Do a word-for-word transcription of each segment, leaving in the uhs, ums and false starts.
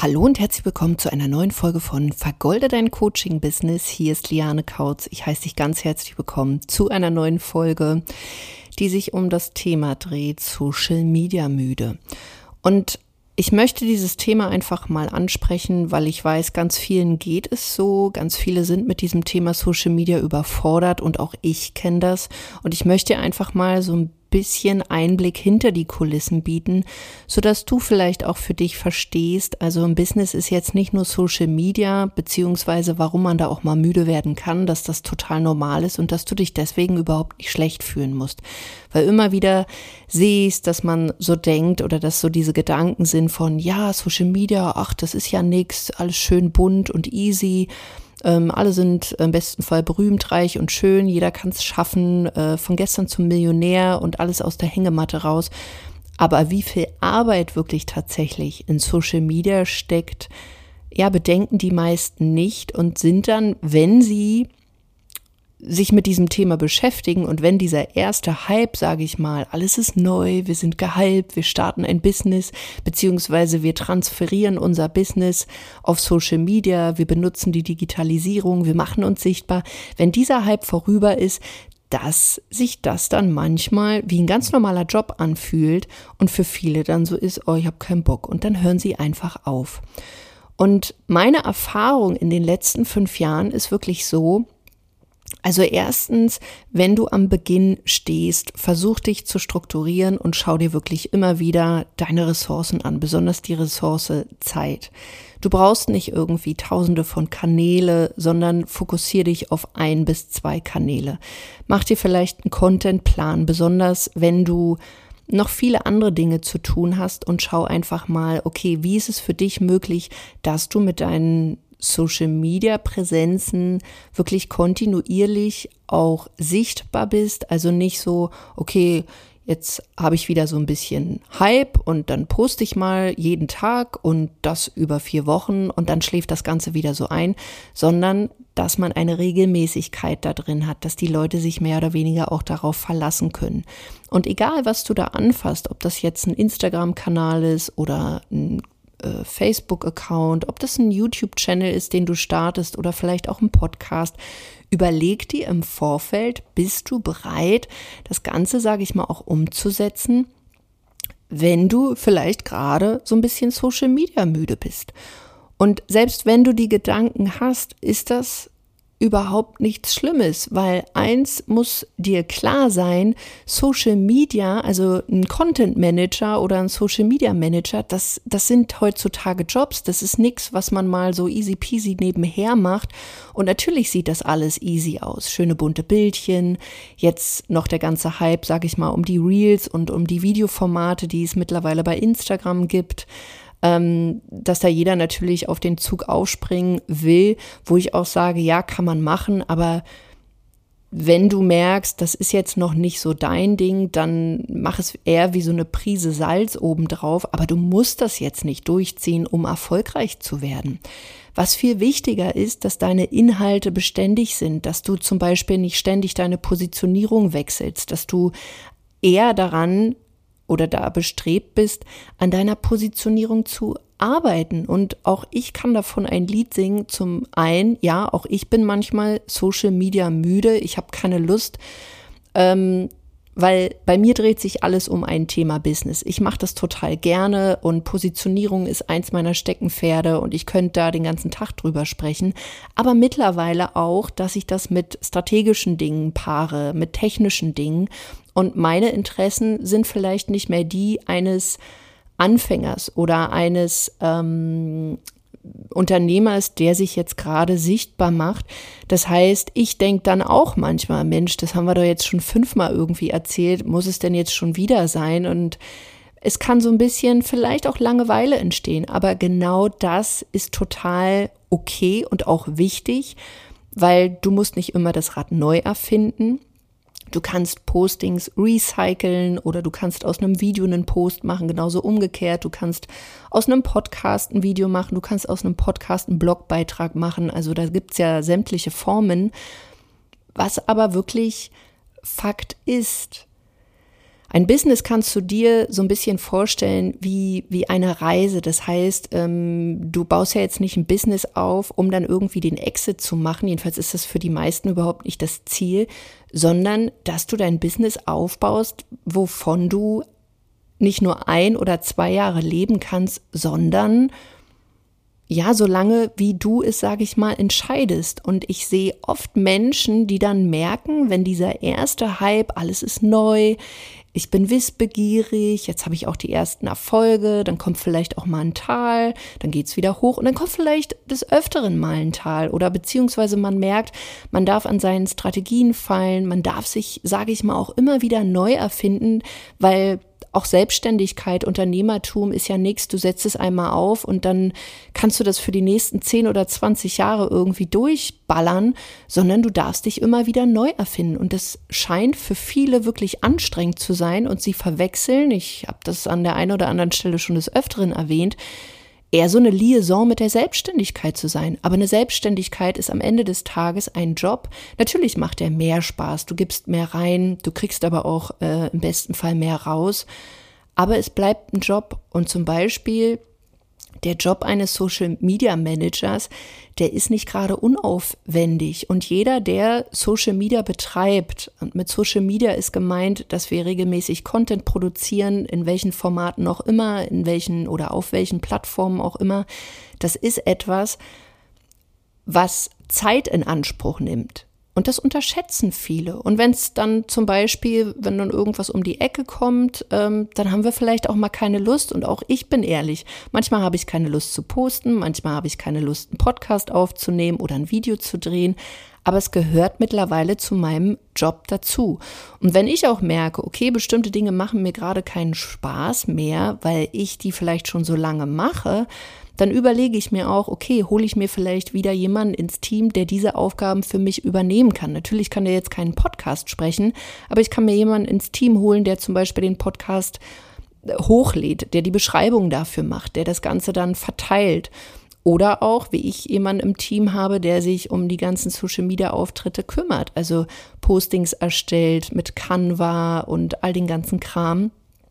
Hallo und herzlich willkommen zu einer neuen Folge von Vergolde dein Coaching-Business. Hier ist Liane Kautz. Ich heiße dich ganz herzlich willkommen zu einer neuen Folge, die sich um das Thema dreht, Social Media müde. Und ich möchte dieses Thema einfach mal ansprechen, weil ich weiß, ganz vielen geht es so, ganz viele sind mit diesem Thema Social Media überfordert und auch ich kenne das. Und ich möchte einfach mal so ein bisschen Einblick hinter die Kulissen bieten, sodass du vielleicht auch für dich verstehst, also ein Business ist jetzt nicht nur Social Media, beziehungsweise warum man da auch mal müde werden kann, dass das total normal ist und dass du dich deswegen überhaupt nicht schlecht fühlen musst. Weil immer wieder siehst, dass man so denkt oder dass so diese Gedanken sind von, ja, Social Media, ach, das ist ja nix, alles schön bunt und easy. Ähm, alle sind im besten Fall berühmt, reich und schön. Jeder kann es schaffen, äh, von gestern zum Millionär und alles aus der Hängematte raus. Aber wie viel Arbeit wirklich tatsächlich in Social Media steckt, ja, bedenken die meisten nicht und sind dann, wenn sie sich mit diesem Thema beschäftigen und wenn dieser erste Hype, sage ich mal, alles ist neu, wir sind gehypt, wir starten ein Business, beziehungsweise wir transferieren unser Business auf Social Media, wir benutzen die Digitalisierung, wir machen uns sichtbar. Wenn dieser Hype vorüber ist, dass sich das dann manchmal wie ein ganz normaler Job anfühlt und für viele dann so ist, oh, ich habe keinen Bock und dann hören sie einfach auf. Und meine Erfahrung in den letzten fünf Jahren ist wirklich so, also erstens, wenn du am Beginn stehst, versuch dich zu strukturieren und schau dir wirklich immer wieder deine Ressourcen an, besonders die Ressource Zeit. Du brauchst nicht irgendwie tausende von Kanäle, sondern fokussier dich auf ein bis zwei Kanäle. Mach dir vielleicht einen Contentplan, besonders wenn du noch viele andere Dinge zu tun hast und schau einfach mal, okay, wie ist es für dich möglich, dass du mit deinen Social-Media-Präsenzen wirklich kontinuierlich auch sichtbar bist, also nicht so, okay, jetzt habe ich wieder so ein bisschen Hype und dann poste ich mal jeden Tag und das über vier Wochen und dann schläft das Ganze wieder so ein, sondern dass man eine Regelmäßigkeit da drin hat, dass die Leute sich mehr oder weniger auch darauf verlassen können. Und egal, was du da anfasst, ob das jetzt ein Instagram-Kanal ist oder ein Facebook-Account, ob das ein YouTube-Channel ist, den du startest oder vielleicht auch ein Podcast, überleg dir im Vorfeld, bist du bereit, das Ganze, sage ich mal, auch umzusetzen, wenn du vielleicht gerade so ein bisschen Social Media müde bist. Und selbst wenn du die Gedanken hast, ist das überhaupt nichts Schlimmes, weil eins muss dir klar sein, Social Media, also ein Content Manager oder ein Social Media Manager, das, das sind heutzutage Jobs, das ist nichts, was man mal so easy peasy nebenher macht und natürlich sieht das alles easy aus, schöne bunte Bildchen, jetzt noch der ganze Hype, sag ich mal, um die Reels und um die Videoformate, die es mittlerweile bei Instagram gibt, dass da jeder natürlich auf den Zug aufspringen will, wo ich auch sage, ja, kann man machen, aber wenn du merkst, das ist jetzt noch nicht so dein Ding, dann mach es eher wie so eine Prise Salz obendrauf, aber du musst das jetzt nicht durchziehen, um erfolgreich zu werden. Was viel wichtiger ist, dass deine Inhalte beständig sind, dass du zum Beispiel nicht ständig deine Positionierung wechselst, dass du eher daran oder da bestrebt bist, an deiner Positionierung zu arbeiten. Und auch ich kann davon ein Lied singen. Zum einen, ja, auch ich bin manchmal Social Media müde. Ich habe keine Lust, ähm, weil bei mir dreht sich alles um ein Thema Business. Ich mache das total gerne und Positionierung ist eins meiner Steckenpferde und ich könnte da den ganzen Tag drüber sprechen. Aber mittlerweile auch, dass ich das mit strategischen Dingen paare, mit technischen Dingen. Und meine Interessen sind vielleicht nicht mehr die eines Anfängers oder eines ähm, Unternehmers, der sich jetzt gerade sichtbar macht. Das heißt, ich denke dann auch manchmal, Mensch, das haben wir doch jetzt schon fünfmal irgendwie erzählt, muss es denn jetzt schon wieder sein? Und es kann so ein bisschen vielleicht auch Langeweile entstehen, aber genau das ist total okay und auch wichtig, weil du musst nicht immer das Rad neu erfinden. Du kannst Postings recyceln oder du kannst aus einem Video einen Post machen, genauso umgekehrt. Du kannst aus einem Podcast ein Video machen, du kannst aus einem Podcast einen Blogbeitrag machen. Also da gibt's ja sämtliche Formen. Was aber wirklich Fakt ist, Ein Business kannst du dir so ein bisschen vorstellen wie, wie eine Reise. Das heißt, ähm, du baust ja jetzt nicht ein Business auf, um dann irgendwie den Exit zu machen. Jedenfalls ist das für die meisten überhaupt nicht das Ziel, sondern dass du dein Business aufbaust, wovon du nicht nur ein oder zwei Jahre leben kannst, sondern ja, solange wie du es, sage ich mal, entscheidest. Und ich sehe oft Menschen, die dann merken, wenn dieser erste Hype, alles ist neu, ich bin wissbegierig, jetzt habe ich auch die ersten Erfolge, dann kommt vielleicht auch mal ein Tal, dann geht's wieder hoch und dann kommt vielleicht des Öfteren mal ein Tal oder beziehungsweise man merkt, man darf an seinen Strategien feilen, man darf sich, sage ich mal, auch immer wieder neu erfinden, weil auch Selbstständigkeit, Unternehmertum ist ja nichts, du setzt es einmal auf und dann kannst du das für die nächsten zehn oder zwanzig Jahre irgendwie durchballern, sondern du darfst dich immer wieder neu erfinden und das scheint für viele wirklich anstrengend zu sein und sie verwechseln, ich habe das an der einen oder anderen Stelle schon des Öfteren erwähnt, eher so eine Liaison mit der Selbstständigkeit zu sein. Aber eine Selbstständigkeit ist am Ende des Tages ein Job. Natürlich macht der mehr Spaß, du gibst mehr rein, du kriegst aber auch äh, im besten Fall mehr raus. Aber es bleibt ein Job und zum Beispiel der Job eines Social Media Managers, der ist nicht gerade unaufwendig und jeder, der Social Media betreibt, und mit Social Media ist gemeint, dass wir regelmäßig Content produzieren, in welchen Formaten auch immer, in welchen oder auf welchen Plattformen auch immer, das ist etwas, was Zeit in Anspruch nimmt. Und das unterschätzen viele. Und wenn es dann zum Beispiel, wenn dann irgendwas um die Ecke kommt, ähm, dann haben wir vielleicht auch mal keine Lust. Und auch ich bin ehrlich, manchmal habe ich keine Lust zu posten, manchmal habe ich keine Lust, einen Podcast aufzunehmen oder ein Video zu drehen. Aber es gehört mittlerweile zu meinem Job dazu. Und wenn ich auch merke, okay, bestimmte Dinge machen mir gerade keinen Spaß mehr, weil ich die vielleicht schon so lange mache, dann überlege ich mir auch, okay, hole ich mir vielleicht wieder jemanden ins Team, der diese Aufgaben für mich übernehmen kann. Natürlich kann der jetzt keinen Podcast sprechen, aber ich kann mir jemanden ins Team holen, der zum Beispiel den Podcast hochlädt, der die Beschreibung dafür macht, der das Ganze dann verteilt. Oder auch, wie ich jemanden im Team habe, der sich um die ganzen Social-Media-Auftritte kümmert, also Postings erstellt mit Canva und all den ganzen Kram.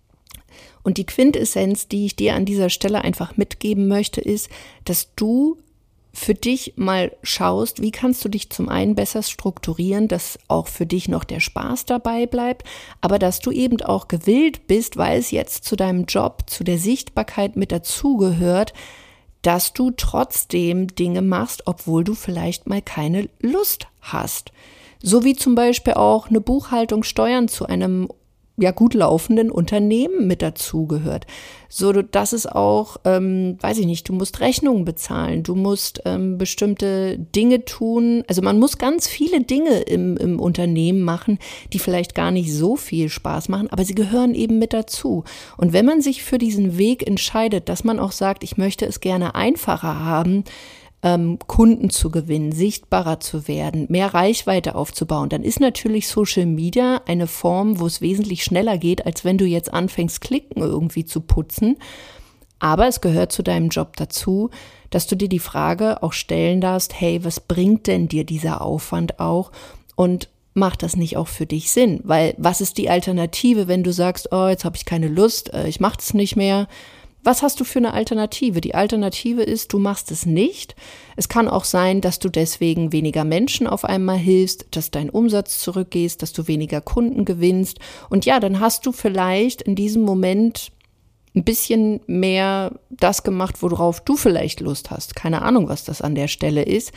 Und die Quintessenz, die ich dir an dieser Stelle einfach mitgeben möchte, ist, dass du für dich mal schaust, wie kannst du dich zum einen besser strukturieren, dass auch für dich noch der Spaß dabei bleibt, aber dass du eben auch gewillt bist, weil es jetzt zu deinem Job, zu der Sichtbarkeit mit dazugehört, dass du trotzdem Dinge machst, obwohl du vielleicht mal keine Lust hast. So wie zum Beispiel auch eine Buchhaltung, Steuern zu einem ja gut laufenden Unternehmen mit dazugehört. So, dass es auch, ähm, weiß ich nicht, du musst Rechnungen bezahlen, du musst ähm, bestimmte Dinge tun. Also man muss ganz viele Dinge im, im Unternehmen machen, die vielleicht gar nicht so viel Spaß machen, aber sie gehören eben mit dazu. Und wenn man sich für diesen Weg entscheidet, dass man auch sagt, ich möchte es gerne einfacher haben, Ähm, Kunden zu gewinnen, sichtbarer zu werden, mehr Reichweite aufzubauen, dann ist natürlich Social Media eine Form, wo es wesentlich schneller geht, als wenn du jetzt anfängst, Klicken irgendwie zu putzen. Aber es gehört zu deinem Job dazu, dass du dir die Frage auch stellen darfst, hey, was bringt denn dir dieser Aufwand auch? Und macht das nicht auch für dich Sinn? Weil was ist die Alternative, wenn du sagst, oh, jetzt habe ich keine Lust, äh, ich mache das nicht mehr? Was hast du für eine Alternative? Die Alternative ist, du machst es nicht. Es kann auch sein, dass du deswegen weniger Menschen auf einmal hilfst, dass dein Umsatz zurückgeht, dass du weniger Kunden gewinnst. Und ja, dann hast du vielleicht in diesem Moment ein bisschen mehr das gemacht, worauf du vielleicht Lust hast. Keine Ahnung, was das an der Stelle ist.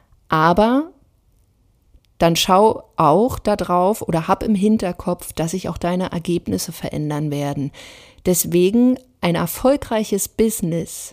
Aber dann schau auch da drauf oder hab im Hinterkopf, dass sich auch deine Ergebnisse verändern werden. Deswegen ein erfolgreiches Business,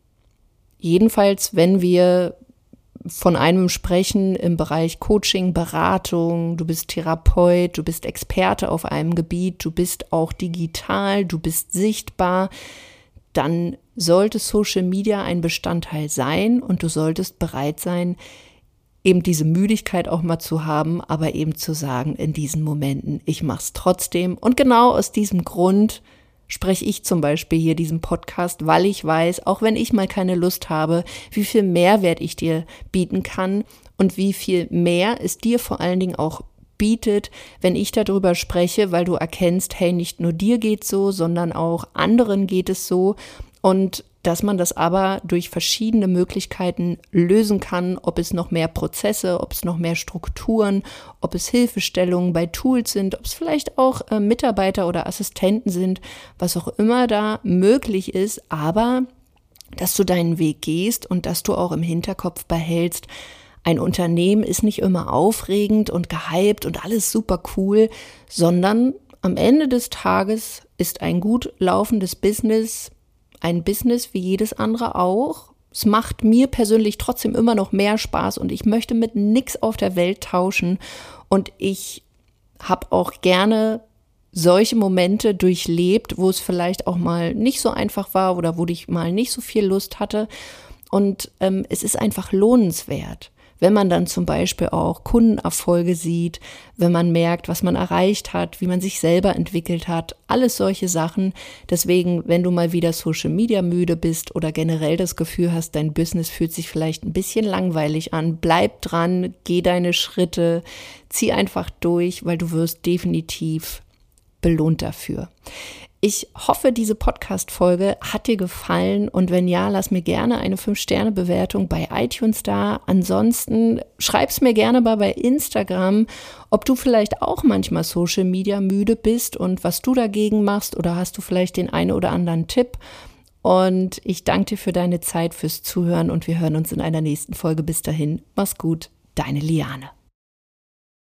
jedenfalls wenn wir von einem sprechen im Bereich Coaching, Beratung, du bist Therapeut, du bist Experte auf einem Gebiet, du bist auch digital, du bist sichtbar, dann sollte Social Media ein Bestandteil sein und du solltest bereit sein, eben diese Müdigkeit auch mal zu haben, aber eben zu sagen in diesen Momenten, ich mach's trotzdem. Und genau aus diesem Grund spreche ich zum Beispiel hier diesen Podcast, weil ich weiß, auch wenn ich mal keine Lust habe, wie viel Mehrwert ich dir bieten kann und wie viel mehr es dir vor allen Dingen auch bietet, wenn ich darüber spreche, weil du erkennst, hey, nicht nur dir geht's so, sondern auch anderen geht es so und dass man das aber durch verschiedene Möglichkeiten lösen kann, ob es noch mehr Prozesse, ob es noch mehr Strukturen, ob es Hilfestellungen bei Tools sind, ob es vielleicht auch äh, Mitarbeiter oder Assistenten sind, was auch immer da möglich ist, aber dass du deinen Weg gehst und dass du auch im Hinterkopf behältst, ein Unternehmen ist nicht immer aufregend und gehypt und alles super cool, sondern am Ende des Tages ist ein gut laufendes Business ein Business wie jedes andere auch. Es macht mir persönlich trotzdem immer noch mehr Spaß und ich möchte mit nix auf der Welt tauschen und ich habe auch gerne solche Momente durchlebt, wo es vielleicht auch mal nicht so einfach war oder wo ich mal nicht so viel Lust hatte und ähm, es ist einfach lohnenswert. Wenn man dann zum Beispiel auch Kundenerfolge sieht, wenn man merkt, was man erreicht hat, wie man sich selber entwickelt hat, alles solche Sachen. Deswegen, wenn du mal wieder Social Media müde bist oder generell das Gefühl hast, dein Business fühlt sich vielleicht ein bisschen langweilig an, bleib dran, geh deine Schritte, zieh einfach durch, weil du wirst definitiv belohnt dafür. Ich hoffe, diese Podcast-Folge hat dir gefallen und wenn ja, lass mir gerne eine fünf Sterne Bewertung bei iTunes da. Ansonsten schreib's mir gerne mal bei Instagram, ob du vielleicht auch manchmal Social Media müde bist und was du dagegen machst oder hast du vielleicht den einen oder anderen Tipp. Und ich danke dir für deine Zeit, fürs Zuhören und wir hören uns in einer nächsten Folge. Bis dahin, mach's gut, deine Liane.